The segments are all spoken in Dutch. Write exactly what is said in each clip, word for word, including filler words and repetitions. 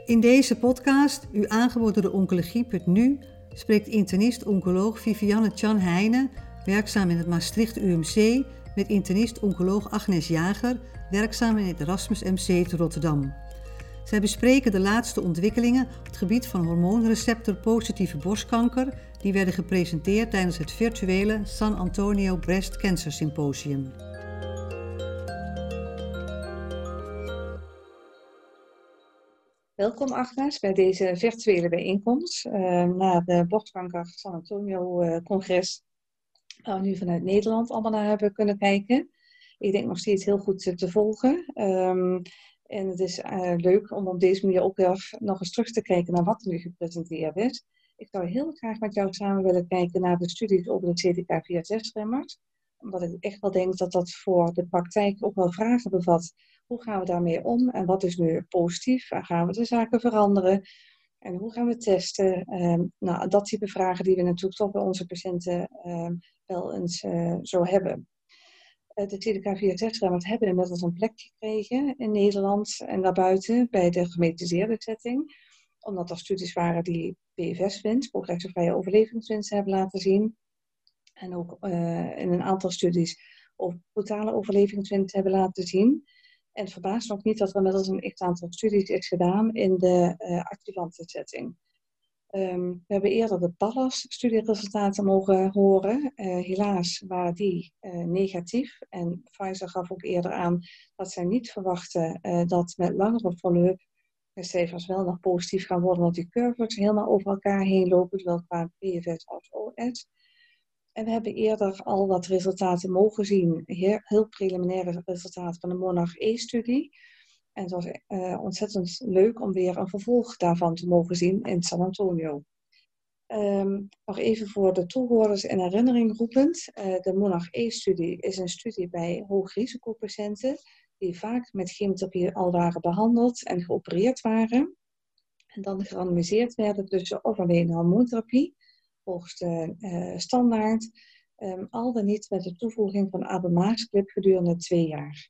In deze podcast, u aangeboden door oncologie punt n u, spreekt internist-oncoloog Vivianne Chan Heijnen, werkzaam in het Maastricht U M C, met internist-oncoloog Agnes Jager, werkzaam in het Erasmus M C te Rotterdam. Zij bespreken de laatste ontwikkelingen op het gebied van hormoonreceptor-positieve borstkanker, die werden gepresenteerd tijdens het virtuele San Antonio Breast Cancer Symposium. Welkom Agnes bij deze virtuele bijeenkomst uh, na de borstkanker San Antonio uh, congres, waar we nu vanuit Nederland allemaal naar hebben kunnen kijken. Ik denk nog steeds heel goed uh, te volgen. Um, en het is uh, leuk om op deze manier ook weer nog eens terug te kijken naar wat er nu gepresenteerd is. Ik zou heel graag met jou samen willen kijken naar de studies over de C D K vier zes remmers. Omdat ik echt wel denk dat dat voor de praktijk ook wel vragen bevat. Hoe gaan we daarmee om en wat is nu positief? Waar gaan we de zaken veranderen? En hoe gaan we testen? Um, nou, dat type vragen die we natuurlijk toch bij onze patiënten um, wel eens uh, zo hebben. Uh, de C D K vier zes remmers hebben inmiddels een plek gekregen in Nederland en daarbuiten bij de gemetiseerde setting. Omdat er studies waren die P F S-winst, progressievrije overlevingswinst hebben laten zien. En ook uh, in een aantal studies over totale overlevingswinst hebben laten zien. En het verbaast ook niet dat er inmiddels een echt aantal studies is gedaan in de uh, adjuvante setting. Um, we hebben eerder de PALLAS-studieresultaten mogen horen. Uh, helaas waren die uh, negatief. En Pfizer gaf ook eerder aan dat zij niet verwachten uh, dat met langere follow-up de cijfers wel nog positief gaan worden. Want die curves helemaal over elkaar heen lopen, zowel qua P F S als O S. En we hebben eerder al wat resultaten mogen zien, heel, heel preliminaire resultaten van de MONARCH-E-studie. En het was uh, ontzettend leuk om weer een vervolg daarvan te mogen zien in San Antonio. Um, nog even voor de toehoorders in herinnering roepend. Uh, de MONARCH-E-studie is een studie bij hoogrisicopatiënten die vaak met chemotherapie al waren behandeld en geopereerd waren. En dan gerandomiseerd werden tussen of alleen hormoontherapie, volgens de uh, standaard, um, al dan niet met de toevoeging van abemaciclib gedurende twee jaar.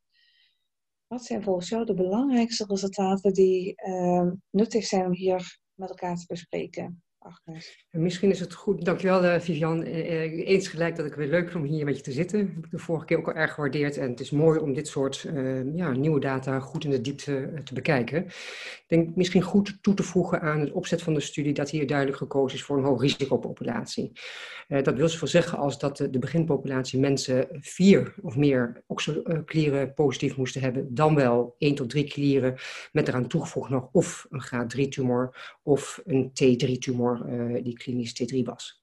Wat zijn volgens jou de belangrijkste resultaten die uh, nuttig zijn om hier met elkaar te bespreken? Agnes. Misschien is het goed, dankjewel uh, Vivian, uh, eens gelijk dat ik het weer leuk vind om hier met je te zitten. Dat heb ik de vorige keer ook al erg gewaardeerd en het is mooi om dit soort uh, ja, nieuwe data goed in de diepte uh, te bekijken. Ik denk misschien goed toe te voegen aan het opzet van de studie dat hier duidelijk gekozen is voor een hoogrisicopopulatie. Uh, dat wil zoveel zeggen als dat de, de beginpopulatie mensen vier of meer oxalklieren positief moesten hebben, dan wel één tot drie klieren met eraan toegevoegd nog of een graad drie tumor of een T drie tumor. Uh, die klinisch T drie was.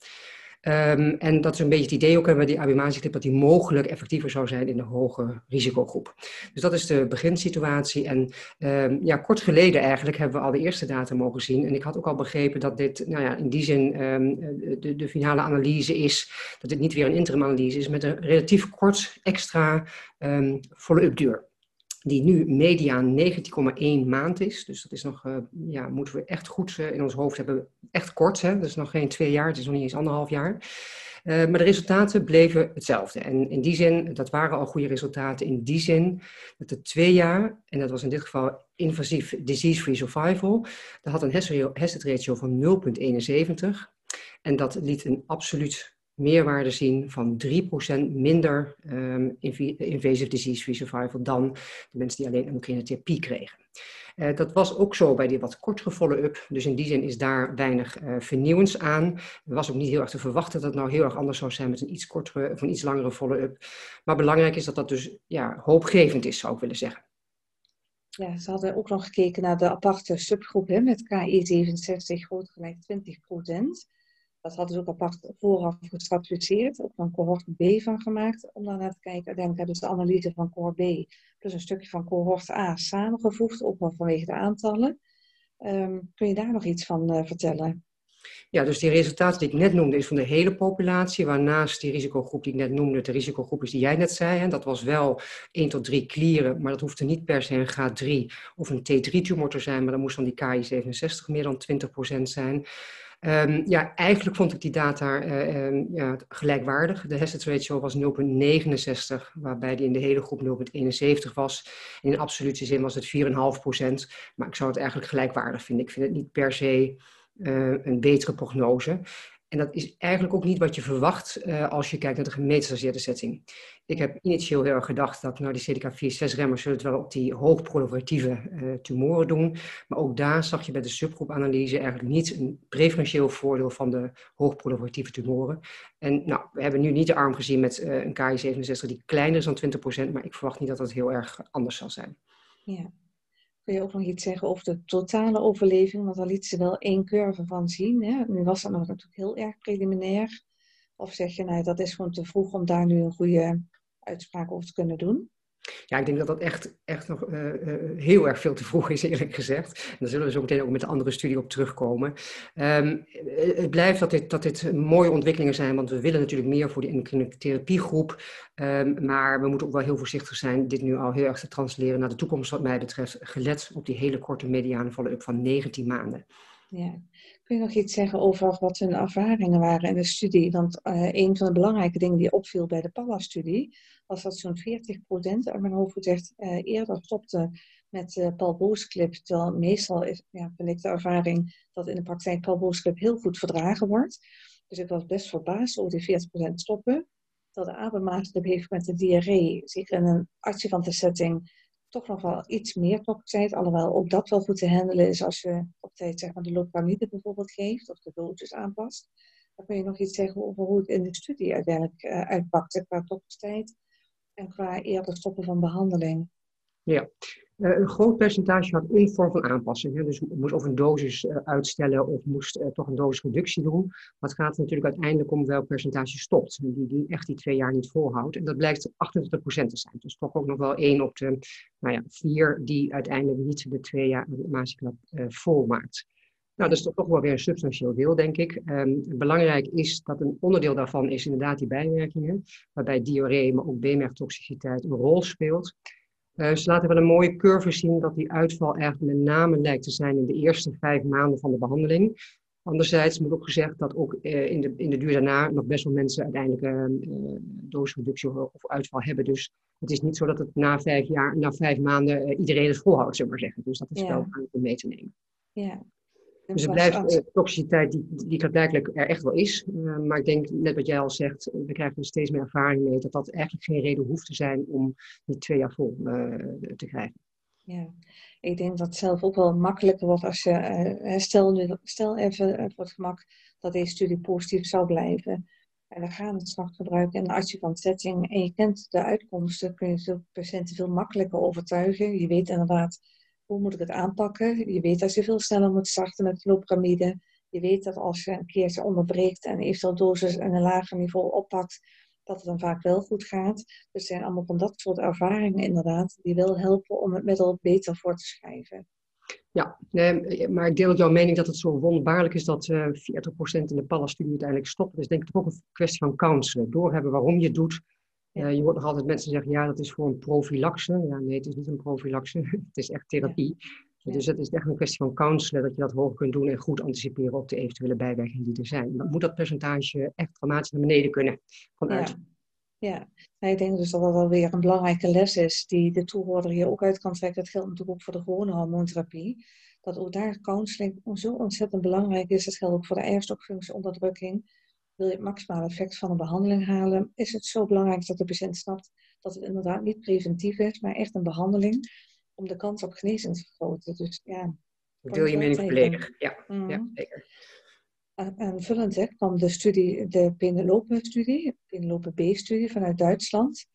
Um, en dat is een beetje het idee ook hebben we die abemaciclib dat die mogelijk effectiever zou zijn in de hoge risicogroep. Dus dat is de beginsituatie. En um, ja, kort geleden eigenlijk hebben we al de eerste data mogen zien. En ik had ook al begrepen dat dit, nou ja, in die zin um, de, de finale analyse is, dat dit niet weer een interim analyse is met een relatief kort extra um, follow-up duur. Die nu mediaan negentien komma één maand is. Dus dat is nog, uh, ja, moeten we echt goed uh, in ons hoofd hebben. Echt kort, hè? Dat is nog geen twee jaar, het is nog niet eens anderhalf jaar. Uh, maar de resultaten bleven hetzelfde. En in die zin, dat waren al goede resultaten. In die zin dat de twee jaar, en dat was in dit geval invasief disease-free survival, dat had een hazard ratio van nul komma eenenzeventig. En dat liet een absoluut meerwaarde zien van drie procent minder um, invasive disease-free survival dan de mensen die alleen endocrine therapie kregen. Uh, dat was ook zo bij die wat kortere follow-up, dus in die zin is daar weinig uh, vernieuwends aan. Er was ook niet heel erg te verwachten dat het nou heel erg anders zou zijn met een iets kortere of een iets langere follow-up. Maar belangrijk is dat dat dus ja, hoopgevend is, zou ik willen zeggen. Ja, ze hadden ook nog gekeken naar de aparte subgroep hè, met K I zevenenzestig groot gelijk twintig procent. Dat hadden ze ook apart vooraf gestratificeerd, ook een cohort B van gemaakt om daar naar te kijken. Uiteindelijk hebben ze de analyse van cohort B plus een stukje van cohort A samengevoegd, ook wel vanwege de aantallen. Um, kun je daar nog iets van uh, vertellen? Ja, dus die resultaten die ik net noemde is van de hele populatie, waarnaast die risicogroep die ik net noemde, de risicogroep is die jij net zei. Hè, dat was wel één tot drie klieren, maar dat hoefde niet per se een graad drie of een T drie tumor te zijn, maar dan moest dan die K I zevenenzestig meer dan twintig procent zijn. Um, ja, eigenlijk vond ik die data uh, um, ja, gelijkwaardig. De hazard ratio was nul komma negenenzestig, waarbij die in de hele groep nul komma eenenzeventig was. En in absolute zin was het vier komma vijf procent. Maar ik zou het eigenlijk gelijkwaardig vinden. Ik vind het niet per se uh, een betere prognose. En dat is eigenlijk ook niet wat je verwacht uh, als je kijkt naar de gemeenschapsgebaseerde setting. Ik heb initieel heel erg gedacht dat nou, die C D K vier zes remmers zullen het wel op die hoogproliferatieve uh, tumoren doen. Maar ook daar zag je bij de subgroepanalyse eigenlijk niet een preferentieel voordeel van de hoogproliferatieve tumoren. En nou, we hebben nu niet de arm gezien met uh, een K I zevenenzestig die kleiner is dan twintig procent, maar ik verwacht niet dat dat heel erg anders zal zijn. Ja. Kun je ook nog iets zeggen over de totale overleving? Want daar liet ze wel één curve van zien. Hè? Nu was dat nog natuurlijk heel erg preliminair. Of zeg je, nou, dat is gewoon te vroeg om daar nu een goede uitspraak over te kunnen doen? Ja, ik denk dat dat echt, echt nog uh, uh, heel erg veel te vroeg is, eerlijk gezegd. En daar zullen we zo meteen ook met de andere studie op terugkomen. Um, het blijft dat dit, dat dit mooie ontwikkelingen zijn, want we willen natuurlijk meer voor die endocrine therapiegroep. Um, maar we moeten ook wel heel voorzichtig zijn dit nu al heel erg te transleren naar de toekomst wat mij betreft, gelet op die hele korte mediane follow-up van negentien maanden. Ja. Kun je nog iets zeggen over wat hun ervaringen waren in de studie? Want uh, een van de belangrijke dingen die opviel bij de PALLA-studie was dat zo'n veertig procent uit mijn hoofd gezegd uh, eerder stopte met uh, palbociclib. Terwijl meestal is, ja, vind ik de ervaring dat in de praktijk palbociclib heel goed verdragen wordt. Dus ik was best verbaasd over die veertig procent stoppen. Terwijl de abemaciclib heeft met de diarree, zeker in een adjuvante setting, toch nog wel iets meer toxiteit, alhoewel ook dat wel goed te handelen is als je op tijd zeg maar, de loperamide bijvoorbeeld geeft of de dosis aanpast. Dan kun je nog iets zeggen over hoe het in de studie uiteindelijk uh, uitpakte qua toxiteit en qua eerder stoppen van behandeling. Ja, uh, een groot percentage had een vorm van aanpassing. Hè? Dus moest of een dosis uh, uitstellen of moest uh, toch een dosisreductie doen. Maar het gaat natuurlijk uiteindelijk om welk percentage stopt. Die, die echt die twee jaar niet volhoudt. En dat blijkt achtentwintig procent te zijn. Dus toch ook nog wel één op de nou ja, vier die uiteindelijk niet de twee jaar maciclib uh, volmaakt. Nou, dat is toch wel weer een substantieel deel, denk ik. Um, belangrijk is dat een onderdeel daarvan is inderdaad die bijwerkingen. Waarbij diarree, maar ook B M R-toxiciteit een rol speelt. Uh, ze laten wel een mooie curve zien dat die uitval eigenlijk met name lijkt te zijn in de eerste vijf maanden van de behandeling. Anderzijds moet ook gezegd dat ook uh, in, de, in de duur daarna nog best wel mensen uiteindelijk uh, uh, dosisreductie of uitval hebben. Dus het is niet zo dat het na vijf jaar, na vijf maanden uh, iedereen het volhoudt, zullen we maar zeggen. Dus dat is ja. wel aan om mee te nemen. Ja. Dus het blijft uh, toxiciteit die, die klaarblijkelijk er echt wel is. Uh, maar ik denk, net wat jij al zegt, we krijgen er steeds meer ervaring mee dat dat eigenlijk geen reden hoeft te zijn om die twee jaar vol uh, te krijgen. Ja, ik denk dat het zelf ook wel makkelijker wordt als je, uh, stel, nu, stel even uh, voor het gemak dat deze studie positief zou blijven. En we gaan het straks gebruiken in een adjuvant setting en je kent de uitkomsten, kun je de patiënten veel makkelijker overtuigen. Je weet inderdaad, hoe moet ik het aanpakken? Je weet dat je veel sneller moet starten met loperamide. Je weet dat als je een keertje onderbreekt en eventueel dosis en een lager niveau oppakt, dat het dan vaak wel goed gaat. Dus het zijn allemaal van dat soort ervaringen inderdaad, die wel helpen om het middel beter voor te schrijven. Ja, nee, maar ik deel ook jouw mening dat het zo wonderbaarlijk is dat uh, veertig procent in de PALLA-studie uiteindelijk stopt. Dat is denk ik ook een kwestie van counselen. Doorhebben waarom je het doet. Ja. Uh, je hoort nog altijd mensen zeggen, ja, dat is voor een profylaxe. Ja, nee, het is niet een profylaxe. Het is echt therapie. Ja. Dus het is echt een kwestie van counselen, dat je dat hoog kunt doen en goed anticiperen op de eventuele bijwerkingen die er zijn. En dan moet dat percentage echt dramatisch naar beneden kunnen vanuit. Ja. Ja, nou, ik denk dus dat dat alweer een belangrijke les is die de toehoorder hier ook uit kan trekken. Dat geldt natuurlijk ook voor de gewone hormoontherapie. Dat ook daar counseling zo ontzettend belangrijk is. Dat geldt ook voor de eierstokfunctieonderdrukking. Wil je het maximale effect van een behandeling halen, is het zo belangrijk dat de patiënt snapt dat het inderdaad niet preventief is, maar echt een behandeling om de kans op genezing te vergroten. Dus ja. Deel je mening volledig. Ja, mm. ja, zeker. Aanvullend hè, kwam de studie, de Penelope-studie, Penelope-B-studie vanuit Duitsland.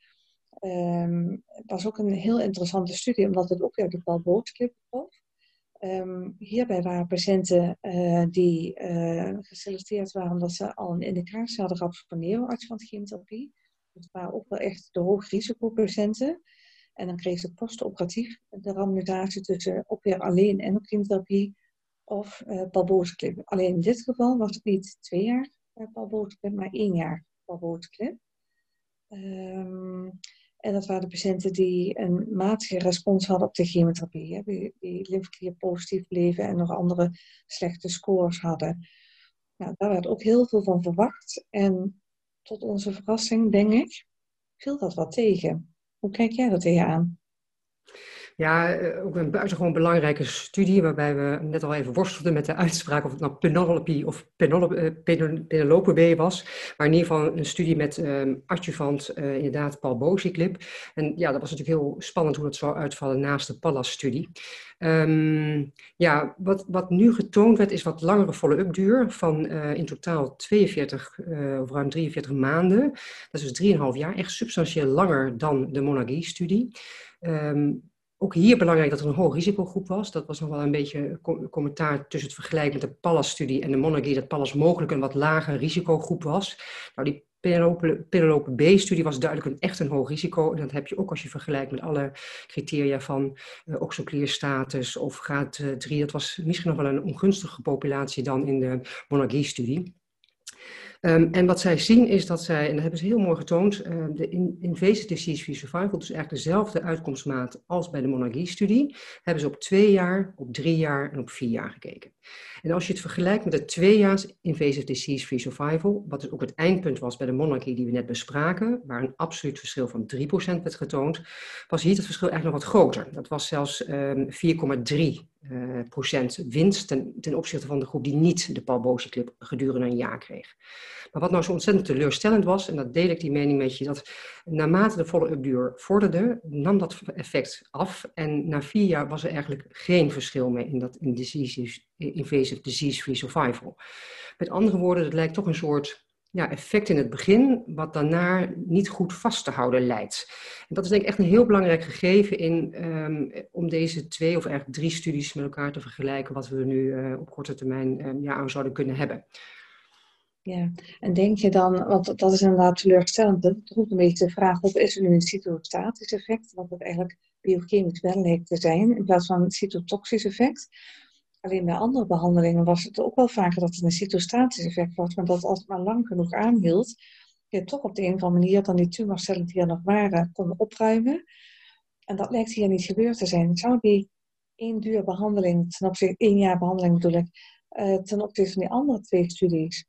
Um, het was ook een heel interessante studie, omdat het ook weer de palbociclib betrof. Um, hierbij waren patiënten uh, die uh, geselecteerd waren omdat ze al een indicatie hadden gehad voor neoadjuvant chemotherapie. Dus het waren ook wel echt de hoogrisicopatiënten. En dan kregen ze postoperatief de randmutatie tussen ook weer alleen endocrine of uh, palbociclib. Alleen in dit geval was het niet twee jaar uh, palbociclib, maar één jaar palbociclib. Um, en dat waren de patiënten die een matige respons hadden op de chemotherapie. Hè, die, die lymfeklier positief bleven en nog andere slechte scores hadden. Nou, daar werd ook heel veel van verwacht. En tot onze verrassing, denk ik, viel dat wat tegen. Hoe kijk jij er tegenaan? Ja, eh, ook een buitengewoon belangrijke studie, waarbij we net al even worstelden met de uitspraak of het nou Penelope of Penelope, eh, Pen- Penelope B was. Maar in ieder geval een studie met ehm adjuvant, eh, inderdaad, palbociclib. En ja, dat was natuurlijk heel spannend hoe dat zou uitvallen naast de Pallas-studie. Ehm, ja, wat, wat nu getoond werd, is wat langere follow-up duur van eh, in totaal tweeënveertig eh, of ruim drieënveertig maanden. Dat is dus drieënhalf jaar, echt substantieel langer dan de Monarchie-studie. Ehm, Ook hier belangrijk dat er een hoog risicogroep was. Dat was nog wel een beetje co- commentaar tussen het vergelijk met de Pallas-studie en de Monarchie, dat Pallas mogelijk een wat lager risicogroep was. Nou, die Penelope, Penelope B-studie was duidelijk een, echt een hoog risico. En dat heb je ook als je vergelijkt met alle criteria van uh, oxoclearstatus of graad drie. Dat was misschien nog wel een ongunstige populatie dan in de Monarchie-studie. Um, en wat zij zien is dat zij, en dat hebben ze heel mooi getoond, uh, de in, invasive disease-free survival, dus eigenlijk dezelfde uitkomstmaat als bij de Monarchie-studie, hebben ze op twee jaar, op drie jaar en op vier jaar gekeken. En als je het vergelijkt met de tweejaars invasive disease-free survival, wat dus ook het eindpunt was bij de Monarchie die we net bespraken, waar een absoluut verschil van drie procent werd getoond, was hier het verschil eigenlijk nog wat groter. Dat was zelfs um, vier komma drie procent winst ten, ten opzichte van de groep die niet de palbociclib gedurende een jaar kreeg. Maar wat nou zo ontzettend teleurstellend was, en dat deel ik die mening met je, dat naarmate de follow-up duur vorderde, nam dat effect af. En na vier jaar was er eigenlijk geen verschil meer in dat in disease, invasive disease-free survival. Met andere woorden, het lijkt toch een soort ja, effect in het begin, wat daarna niet goed vast te houden lijkt. En dat is denk ik echt een heel belangrijk gegeven in, um, om deze twee of eigenlijk drie studies met elkaar te vergelijken, wat we nu uh, op korte termijn um, ja, aan zouden kunnen hebben. Ja, en denk je dan, want dat is inderdaad teleurstellend, dat roept een beetje de vraag op, is er nu een cytostatisch effect, wat het eigenlijk biochemisch wel leek te zijn, in plaats van een cytotoxisch effect. Alleen bij andere behandelingen was het ook wel vaker dat het een cytostatisch effect was, maar dat als het maar lang genoeg aanhield, je toch op de een of andere manier dan die tumorcellen die er nog waren, konden opruimen. En dat lijkt hier niet gebeurd te zijn. Zou die één duur behandeling, ten opzichte, één jaar behandeling bedoel ik, uh, ten opzichte van die andere twee studies,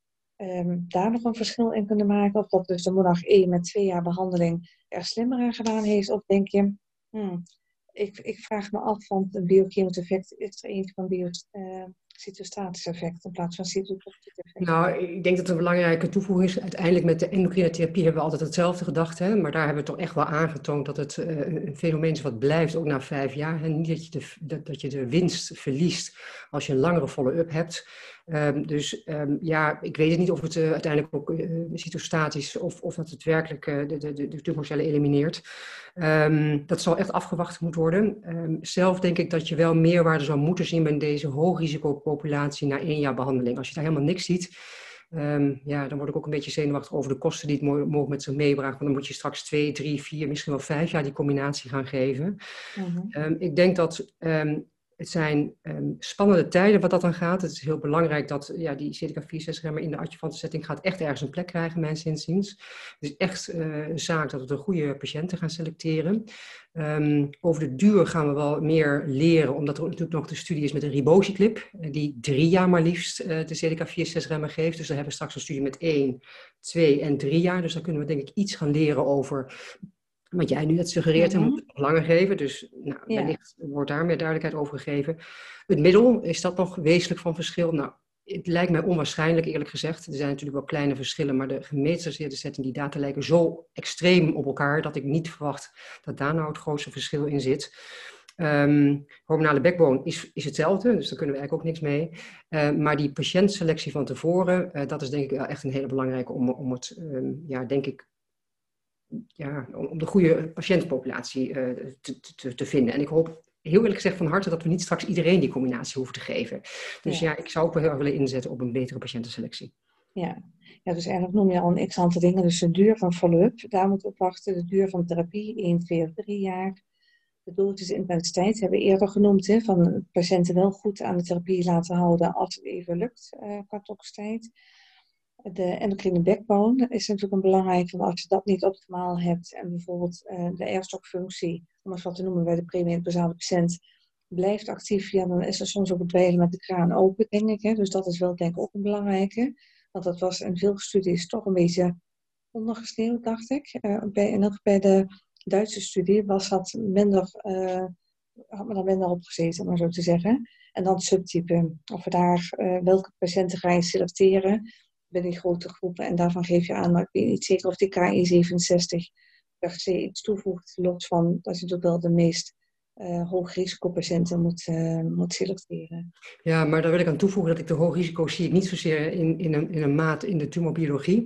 Um, daar nog een verschil in kunnen maken? Of dat dus de Monarch één met twee jaar behandeling er slimmer aan gedaan heeft? Of denk je, hmm, ik, ik vraag me af, want een biochemisch effect is er eentje van bio, uh, cytostatisch effect in plaats van cytotoxisch effect. Nou, ik denk dat een belangrijke toevoeging is. Uiteindelijk met de endocrine therapie hebben we altijd hetzelfde gedacht. Hè? Maar daar hebben we toch echt wel aangetoond dat het uh, een fenomeen is wat blijft, ook na vijf jaar. Hè? Niet dat je, de, dat, dat je de winst verliest als je een langere follow-up hebt. Um, dus um, ja, ik weet het niet of het uh, uiteindelijk ook uh, cytostatisch of, of dat het werkelijk uh, de, de, de tumorcellen elimineert. Um, dat zal echt afgewacht moeten worden. Um, zelf denk ik dat je wel meerwaarde zou moeten zien bij deze hoogrisicopopulatie na één jaar behandeling. Als je daar helemaal niks ziet, um, ja, dan word ik ook een beetje zenuwachtig over de kosten die het mogelijk met zich meebracht. Want dan moet je straks twee, drie, vier, misschien wel vijf jaar die combinatie gaan geven. Mm-hmm. Um, ik denk dat um, het zijn um, spannende tijden wat dat dan gaat. Het is heel belangrijk dat ja, die C D K vier zes-remmer in de adjuvante setting gaat echt ergens een plek krijgen, mijns inziens. Het is echt uh, een zaak dat we de goede patiënten gaan selecteren. Um, over de duur gaan we wel meer leren, omdat er natuurlijk nog de studie is met een ribociclib, die drie jaar maar liefst uh, de C D K vier zes-remmer geeft. Dus dan hebben we straks een studie met één, twee en drie jaar. Dus daar kunnen we denk ik iets gaan leren over wat jij nu net suggereert, mm-hmm. en moet het nog langer geven. Dus nou, ja. wellicht wordt daar meer duidelijkheid over gegeven. Het middel, is dat nog wezenlijk van verschil? Nou, het lijkt mij onwaarschijnlijk, eerlijk gezegd. Er zijn natuurlijk wel kleine verschillen, maar de gemetastaseerde setting, die data lijken zo extreem op elkaar, dat ik niet verwacht dat daar nou het grootste verschil in zit. Um, hormonale backbone is, is hetzelfde, dus daar kunnen we eigenlijk ook niks mee. Uh, maar die patiëntselectie van tevoren, uh, dat is denk ik echt een hele belangrijke om, om het, um, ja, denk ik, ja, om de goede patiëntpopulatie uh, te, te, te vinden. En ik hoop heel eerlijk gezegd van harte dat we niet straks iedereen die combinatie hoeven te geven. Dus ja, ja ik zou ook wel heel erg willen inzetten op een betere patiëntenselectie. Ja. ja, dus eigenlijk noem je al een x-aantal dingen. Dus de duur van follow-up, daar moeten we op wachten. De duur van therapie, één, twee of drie jaar. De dosisintensiteit hebben we eerder genoemd. Hè, van patiënten wel goed aan de therapie laten houden als het even lukt uh, qua toxtijd. De endocrine backbone is natuurlijk een belangrijke, want als je dat niet optimaal hebt en bijvoorbeeld uh, de airstock-functie, om eens wat te noemen bij de premenopausale patiënt, blijft actief, ja, dan is er soms ook het dweilen met de kraan open, denk ik. Hè? Dus dat is wel denk ik ook een belangrijke. Want dat was in veel studies toch een beetje ondergesneeuwd, dacht ik. Uh, bij, en ook bij de Duitse studie was dat minder, uh, had me daar minder op gezeten, om maar zo te zeggen. En dan het subtype. Of we daar, uh, welke patiënten ga je selecteren binnen die grote groepen. En daarvan geef je aan, maar ik weet niet zeker of die K I zevenenzestig per se iets toevoegt. Los van dat je natuurlijk wel de meest uh, hoogrisicopatiënten moet, uh, moet selecteren. Ja, maar daar wil ik aan toevoegen dat ik de hoogrisico's zie ik niet zozeer in, in, een, in een maat in de tumorbiologie.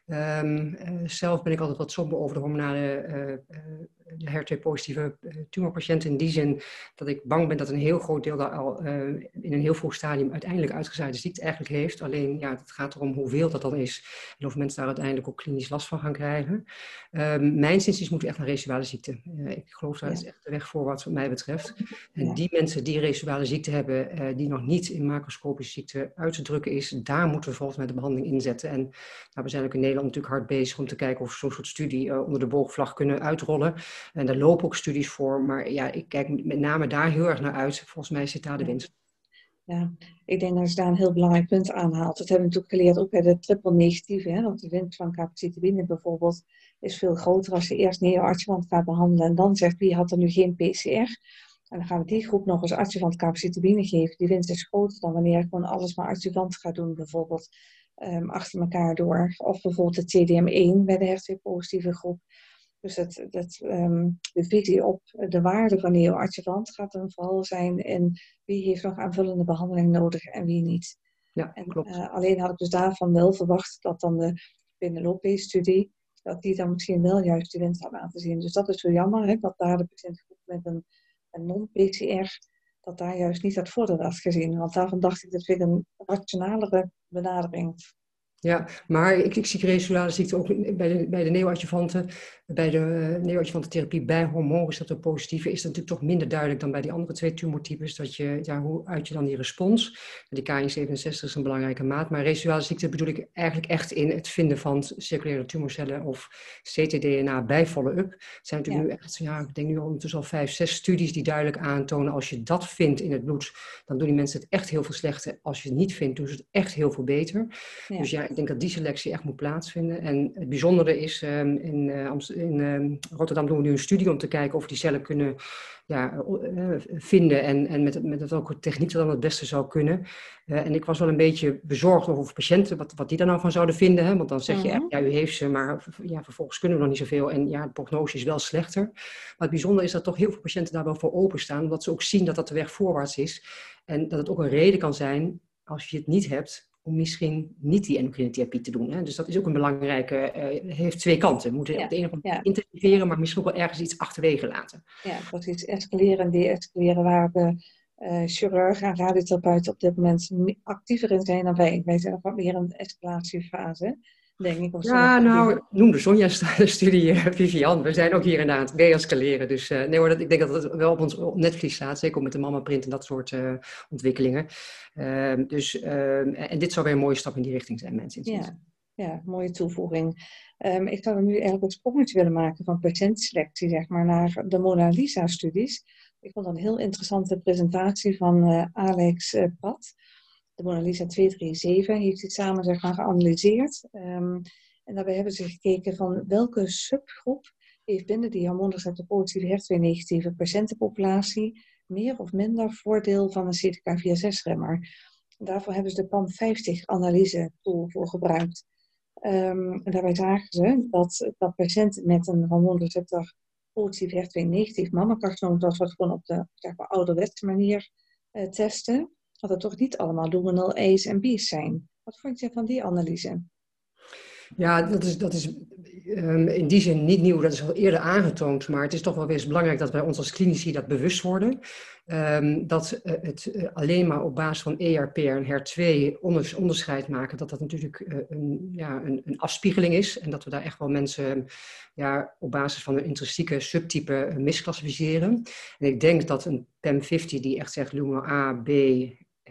Um, uh, zelf ben ik altijd wat somber over de hormonale uh, uh, de H E R twee positieve uh, tumorpatiënten. In die zin dat ik bang ben dat een heel groot deel daar al uh, in een heel vroeg stadium uiteindelijk uitgezaaide ziekte eigenlijk heeft. Alleen ja, het gaat erom hoeveel dat dan is en of mensen daar uiteindelijk ook klinisch last van gaan krijgen. Um, mijn instanties moeten echt naar residuale ziekte. Uh, ik geloof dat ja. is echt de weg voorwaarts wat mij betreft. En ja. die mensen die residuale ziekte hebben, uh, die nog niet in macroscopische ziekte uit te drukken is, daar moeten we volgens mij de behandeling inzetten. En nou, we zijn ook in Nederland natuurlijk hard bezig om te kijken of we zo'n soort studie uh, onder de boogvlag kunnen uitrollen. En daar lopen ook studies voor, maar ja, ik kijk met name daar heel erg naar uit. Volgens mij zit daar de winst. Ja, ik denk dat ze daar een heel belangrijk punt aanhaalt. Dat hebben we natuurlijk geleerd ook bij de triple negatieve, hè, dat de winst van capecitabine bijvoorbeeld is veel groter als je eerst neoadjuvant gaat behandelen en dan zegt wie had er nu geen P C R. En dan gaan we die groep nog eens adjuvant capecitabine geven. Die winst is groter dan wanneer je gewoon alles maar adjuvant gaat doen, bijvoorbeeld um, achter elkaar door. Of bijvoorbeeld de T D M één bij de H E R twee positieve groep. Dus het, het, um, de visie op de waarde van neoadjuvant gaat dan vooral zijn in wie heeft nog aanvullende behandeling nodig en wie niet. Ja, en, klopt. Uh, alleen had ik dus daarvan wel verwacht dat dan de Penelope-studie, dat die dan misschien wel juist de winst had laten zien. Dus dat is zo jammer, hè, dat daar de patiëntgroep met een, een non-P C R, dat daar juist niet het voordeel had gezien. Want daarvan dacht ik, dat vind ik een rationalere benadering. Ja, maar ik, ik zie residuale ziekte ook bij de, bij de neoadjuvanten, bij de uh, neoadjuvante therapie bij hormoonreceptor positieve is dat natuurlijk toch minder duidelijk dan bij die andere twee tumortypes. Dat je, ja, hoe uit je dan die respons? Die K I zevenenzestig is een belangrijke maat, maar residuale ziekte bedoel ik eigenlijk echt in het vinden van circulaire tumorcellen of C T D N A bij follow-up. Het zijn natuurlijk ja. nu echt, ja, ik denk nu ondertussen al vijf, zes studies die duidelijk aantonen als je dat vindt in het bloed, dan doen die mensen het echt heel veel slechter. Als je het niet vindt, doen ze het echt heel veel beter. Ja. Dus ja, ik denk dat die selectie echt moet plaatsvinden. En het bijzondere is, um, in, uh, in uh, Rotterdam doen we nu een studie om te kijken of we die cellen kunnen ja, uh, vinden en, en met, met welke techniek dat dan het beste zou kunnen. Uh, en ik was wel een beetje bezorgd over patiënten, wat, wat die daar nou van zouden vinden. Hè? Want dan zeg je echt, ja, u heeft ze, maar ja, vervolgens kunnen we nog niet zoveel. En ja, de prognose is wel slechter. Maar het bijzondere is dat toch heel veel patiënten daar wel voor openstaan, omdat ze ook zien dat dat de weg voorwaarts is. En dat het ook een reden kan zijn, als je het niet hebt, om misschien niet die endocrine therapie te doen. Hè? Dus dat is ook een belangrijke, uh, heeft twee kanten. We moeten ja, op de ene kant ja. intensiveren, maar misschien ook wel ergens iets achterwege laten. Ja, precies. Escaleren en de-escaleren waar de uh, chirurgen en radiotherapeuten op dit moment actiever in zijn dan wij. Wij zijn nog wat meer in de escalatiefase, denk ik. Of ja, nou, noem de Sonja-studie, Vivian. We zijn ook hier inderdaad aan het de-escaleren. Dus uh, nee hoor, dat, ik denk dat het wel op ons netvlies staat. Zeker met de mama-print en dat soort uh, ontwikkelingen. Uh, dus, uh, en dit zou weer een mooie stap in die richting zijn, mensen. Ja, ja, mooie toevoeging. Um, ik zou er nu eigenlijk een sprongetje willen maken van patiëntselectie, zeg maar, naar de Mona Lisa-studies. Ik vond dat een heel interessante presentatie van uh, Alex uh, Pat. De Mona Lisa tweehonderdzevenendertig heeft dit samen, zeg maar, geanalyseerd. Um, en daarbij hebben ze gekeken van welke subgroep heeft binnen die hormoonreceptor positieve H E R twee negatieve patiëntenpopulatie meer of minder voordeel van een C D K vier zes remmer. Daarvoor hebben ze de P A M vijftig analyse tool voor gebruikt. Um, en daarbij zagen ze dat, dat patiënten met een hormoonreceptor positief H E R twee negatief mammacarcinoom, zoals we het gewoon op de, zeg maar, ouderwetse manier uh, testen, dat het toch niet allemaal luminal A's en B's zijn. Wat vond je van die analyse? Ja, dat is, dat is um, in die zin niet nieuw, dat is al eerder aangetoond, maar het is toch wel weer eens belangrijk dat wij ons als klinici dat bewust worden. Um, dat uh, het uh, alleen maar op basis van E R P en H E R twee onders, onderscheid maken, dat dat natuurlijk uh, een, ja, een, een afspiegeling is en dat we daar echt wel mensen ja, op basis van een intrinsieke subtype uh, misclassificeren. En ik denk dat een P A M vijftig die echt zegt luminal A, B, H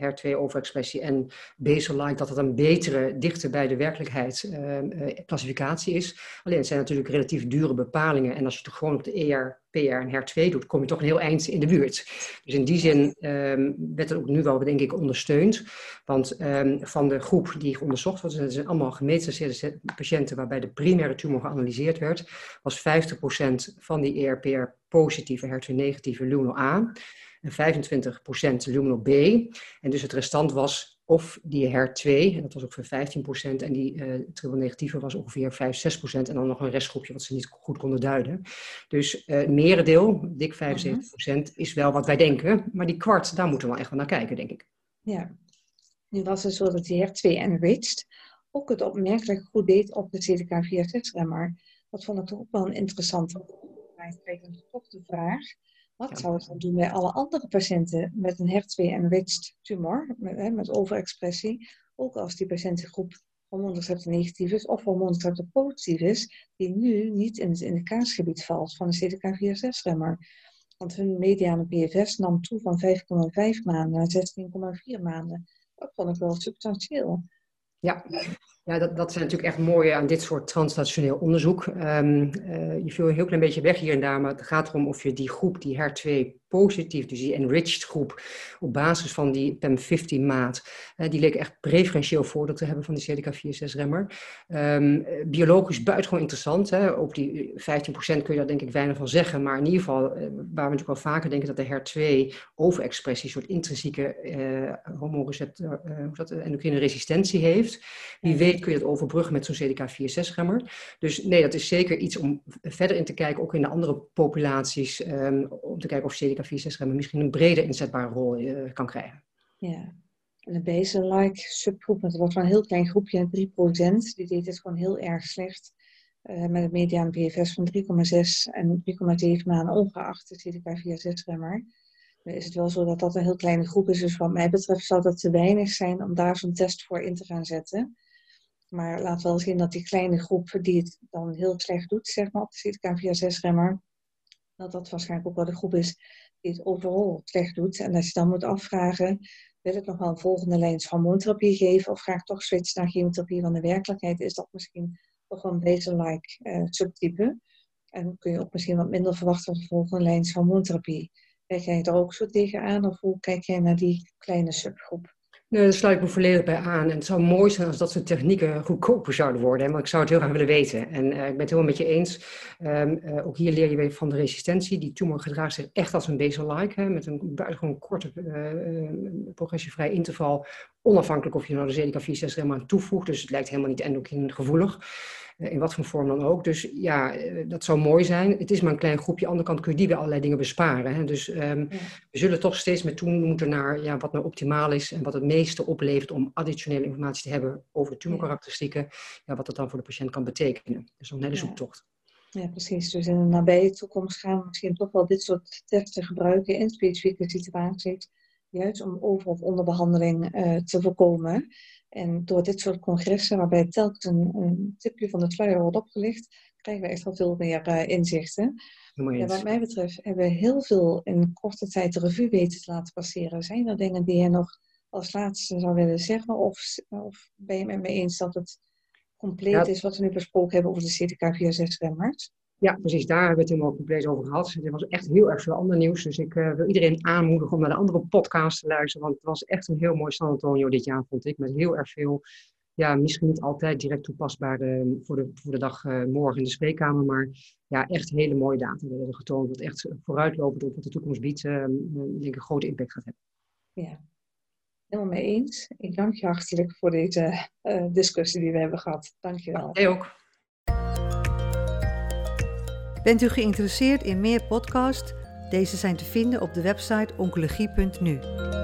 H E R twee overexpressie en basal-like, dat het een betere, dichter bij de werkelijkheid uh, uh, klassificatie is. Alleen het zijn natuurlijk relatief dure bepalingen en als je het gewoon op de E R, P R en H E R twee doet, kom je toch een heel eind in de buurt. Dus in die zin um, werd het ook nu wel, denk ik, ondersteund. Want um, van de groep die onderzocht wordt, dat zijn allemaal gemetastaseerde patiënten waarbij de primaire tumor geanalyseerd werd, was vijftig procent van die E R P R positieve, H E R twee negatieve luminal A en vijfentwintig procent luminal B. En dus het restant was of die H E R twee, en dat was ongeveer vijftien procent, en die uh, triple negatieve was ongeveer vijf, zes procent, en dan nog een restgroepje wat ze niet goed konden duiden. Dus uh, het merendeel, dik vijfenzeventig procent, uh-huh. is wel wat wij denken, maar die kwart, daar moeten we wel echt wel naar kijken, denk ik. Ja, nu was het zo dat die H E R twee enriched ook het opmerkelijk goed deed op de C D K vier zes remmer. Dat vond ik toch ook wel een interessante vraag. Ik kreeg dan toch de vraag, wat ja. zou het dan doen bij alle andere patiënten met een H E R twee enriched tumor, met, hè, met overexpressie, ook als die patiëntengroep hormoonreceptor negatief is of hormoonreceptor positief is, die nu niet in het indicatiegebied valt van de C D K vier zes remmer. Want hun mediane P F S nam toe van vijf komma vijf maanden naar zestien komma vier maanden. Dat vond ik wel substantieel. Ja, ja dat, dat zijn natuurlijk echt mooie aan dit soort translationeel onderzoek. Um, uh, je viel een heel klein beetje weg hier en daar, maar het gaat erom of je die groep, die H E R twee positief, dus die enriched groep, op basis van die P E M vijftien maat, uh, die leek echt preferentieel voordeel te hebben van die C D K vier zes remmer. Um, biologisch buitengewoon interessant. Hè? Op die vijftien procent kun je daar denk ik weinig van zeggen, maar in ieder geval, uh, waar we natuurlijk wel vaker denken dat de H E R twee overexpressie, een soort intrinsieke uh, hormoonreceptor, uh, hoe dat, endocrine resistentie heeft. Wie weet kun je dat overbruggen met zo'n C D K vier zes remmer. Dus nee, dat is zeker iets om verder in te kijken, ook in de andere populaties, um, om te kijken of C D K vier zes remmer misschien een breder inzetbare rol uh, kan krijgen. Ja, en de basal-like subgroep, dat was maar een heel klein groepje, drie procent, die deed het gewoon heel erg slecht. Uh, met een mediane P F S van drie komma zes en drie komma zeven maanden ongeacht de C D K vier zes remmer. Nu is het wel zo dat dat een heel kleine groep is, dus wat mij betreft zou dat te weinig zijn om daar zo'n test voor in te gaan zetten. Maar laat wel zien dat die kleine groep die het dan heel slecht doet, zeg maar, op de C D K vier zes remmer, dat dat waarschijnlijk ook wel de groep is die het overal slecht doet. En dat je dan moet afvragen, wil ik nog wel een volgende lijn hormoontherapie geven of ga ik toch switchen naar chemotherapie? Want de werkelijkheid is dat misschien toch wel een basal-like uh, subtype. En dan kun je ook misschien wat minder verwachten van de volgende lijn hormoontherapie. Kijk jij er ook zo tegenaan of hoe kijk jij naar die kleine subgroep? Nee, daar sluit ik me volledig bij aan. En het zou mooi zijn als dat soort technieken goedkoper zouden worden. Hè? Maar ik zou het heel graag willen weten. En uh, ik ben het helemaal met je eens. Um, uh, ook hier leer je weer van de resistentie. Die tumor gedraagt zich echt als een basal-like. Hè? Met een buitengewoon korte uh, uh, progressievrij interval. Onafhankelijk of je nou de C D K vier zes remmer aan toevoegt. Dus het lijkt helemaal niet endocrine gevoelig. In wat voor vorm dan ook. Dus ja, dat zou mooi zijn. Het is maar een klein groepje. Aan de andere kant kun je die weer allerlei dingen besparen. Hè? Dus um, ja. we zullen toch steeds meer toe moeten naar ja, wat nou optimaal is en wat het meeste oplevert om additionele informatie te hebben over de tumorkarakteristieken. Ja, wat dat dan voor de patiënt kan betekenen. Dus een hele zoektocht. Ja, precies. Dus in de nabije toekomst gaan we misschien toch wel dit soort testen gebruiken in specifieke situaties. Juist om over- of onderbehandeling uh, te voorkomen. En door dit soort congressen, waarbij telkens een, een tipje van de sluier wordt opgelicht, krijgen we echt wel veel meer uh, inzichten. Ja, wat mij betreft hebben we heel veel in korte tijd de revue weten te laten passeren. Zijn er dingen die je nog als laatste zou willen zeggen? Of, of ben je met me eens dat het compleet ja. is wat we nu besproken hebben over de C D K vier zes remmers? Ja, precies. Daar hebben we het helemaal compleet over gehad. Er was echt heel erg veel ander nieuws. Dus ik uh, wil iedereen aanmoedigen om naar de andere podcast te luisteren. Want het was echt een heel mooi San Antonio dit jaar, vond ik. Met heel erg veel, ja, misschien niet altijd direct toepasbare uh, voor, de, voor de dag uh, morgen in de spreekkamer. Maar ja, echt hele mooie data werden getoond. Wat echt vooruitlopend op wat de toekomst biedt, uh, denk ik een grote impact gaat hebben. Ja, helemaal mee eens. Ik dank je hartelijk voor deze uh, discussie die we hebben gehad. Dank je wel. Jij ook. Bent u geïnteresseerd in meer podcasts? Deze zijn te vinden op de website oncologie punt n u.